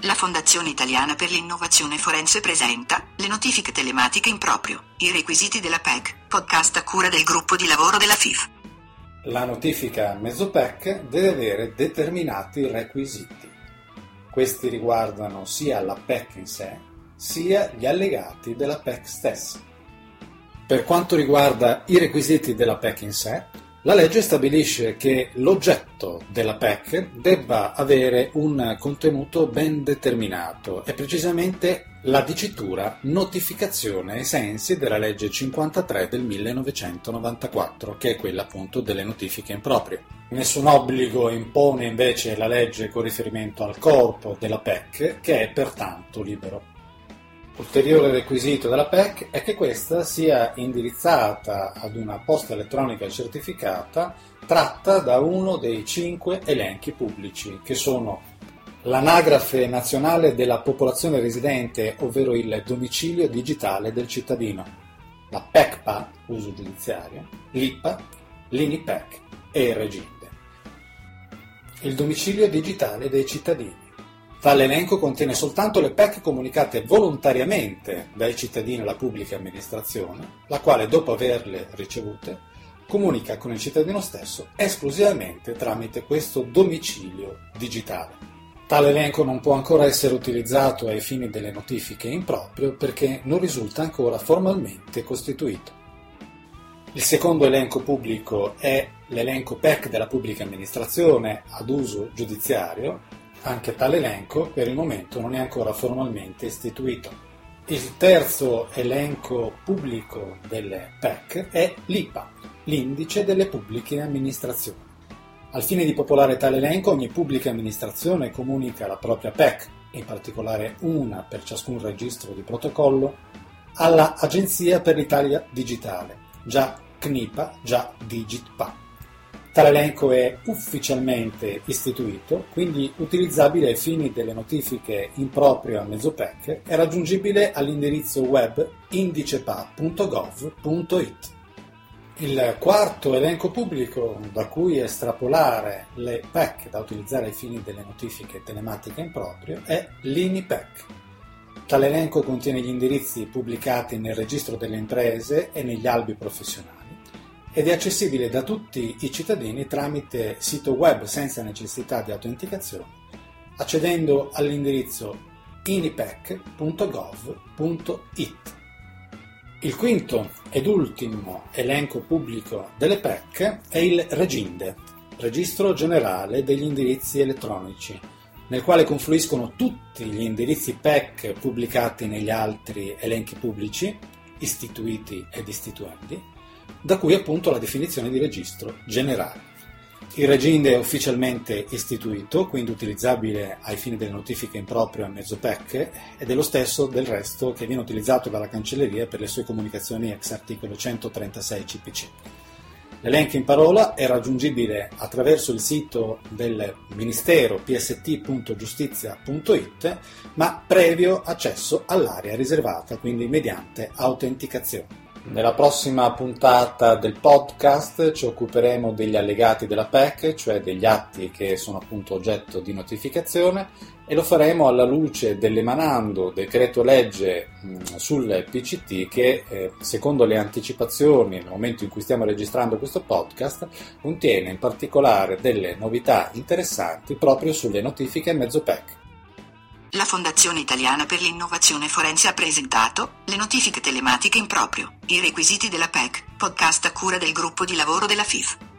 La Fondazione Italiana per l'Innovazione Forense presenta le notifiche telematiche in proprio, i requisiti della PEC, podcast a cura del gruppo di lavoro della FIF. La notifica MezzoPEC deve avere determinati requisiti. Questi riguardano sia la PEC in sé, sia gli allegati della PEC stessa. Per quanto riguarda i requisiti della PEC in sé, la legge stabilisce che l'oggetto della PEC debba avere un contenuto ben determinato e precisamente la dicitura notificazione ai sensi della legge 53 del 1994, che è quella appunto delle notifiche in proprio. Nessun obbligo impone invece la legge con riferimento al corpo della PEC, che è pertanto libero. Ulteriore requisito della PEC è che questa sia indirizzata ad una posta elettronica certificata tratta da uno dei 5 elenchi pubblici, che sono l'Anagrafe Nazionale della Popolazione Residente, ovvero il domicilio digitale del cittadino, la PECPA, uso giudiziario, l'IPA, l'INIPEC e il Reginde. Il domicilio digitale dei cittadini. Tale elenco contiene soltanto le PEC comunicate volontariamente dai cittadini alla pubblica amministrazione, la quale, dopo averle ricevute, comunica con il cittadino stesso esclusivamente tramite questo domicilio digitale. Tale elenco non può ancora essere utilizzato ai fini delle notifiche in proprio perché non risulta ancora formalmente costituito. Il secondo elenco pubblico è l'elenco PEC della pubblica amministrazione ad uso giudiziario. Anche tale elenco per il momento non è ancora formalmente istituito. Il terzo elenco pubblico delle PEC è l'IPA, l'indice delle pubbliche amministrazioni. Al fine di popolare tale elenco, ogni pubblica amministrazione comunica la propria PEC, in particolare una per ciascun registro di protocollo, alla Agenzia per l'Italia Digitale, già CNIPA, già DigitPA. Tale elenco è ufficialmente istituito, quindi utilizzabile ai fini delle notifiche in proprio a MezzoPEC e raggiungibile all'indirizzo web indicepa.gov.it. Il quarto elenco pubblico da cui estrapolare le PEC da utilizzare ai fini delle notifiche telematiche in proprio è l'INIPEC. Tale elenco contiene gli indirizzi pubblicati nel registro delle imprese e negli albi professionali ed è accessibile da tutti i cittadini tramite sito web senza necessità di autenticazione, accedendo all'indirizzo inipec.gov.it. Il quinto ed ultimo elenco pubblico delle PEC è il Reginde, Registro Generale degli Indirizzi Elettronici, nel quale confluiscono tutti gli indirizzi PEC pubblicati negli altri elenchi pubblici, istituiti ed istituendi, da cui appunto la definizione di registro generale. Il Reginde è ufficialmente istituito, quindi utilizzabile ai fini delle notifiche in proprio a MezzoPEC, ed è lo stesso del resto che viene utilizzato dalla Cancelleria per le sue comunicazioni ex articolo 136 CPC. L'elenco in parola è raggiungibile attraverso il sito del Ministero pst.giustizia.it, ma previo accesso all'area riservata, quindi mediante autenticazione. Nella prossima puntata del podcast ci occuperemo degli allegati della PEC, cioè degli atti che sono appunto oggetto di notificazione, e lo faremo alla luce dell'emanando decreto legge sul PCT che, secondo le anticipazioni nel momento in cui stiamo registrando questo podcast, contiene in particolare delle novità interessanti proprio sulle notifiche MezzoPEC. La Fondazione Italiana per l'Innovazione Forense ha presentato le notifiche telematiche in proprio, i requisiti della PEC, podcast a cura del gruppo di lavoro della FIF.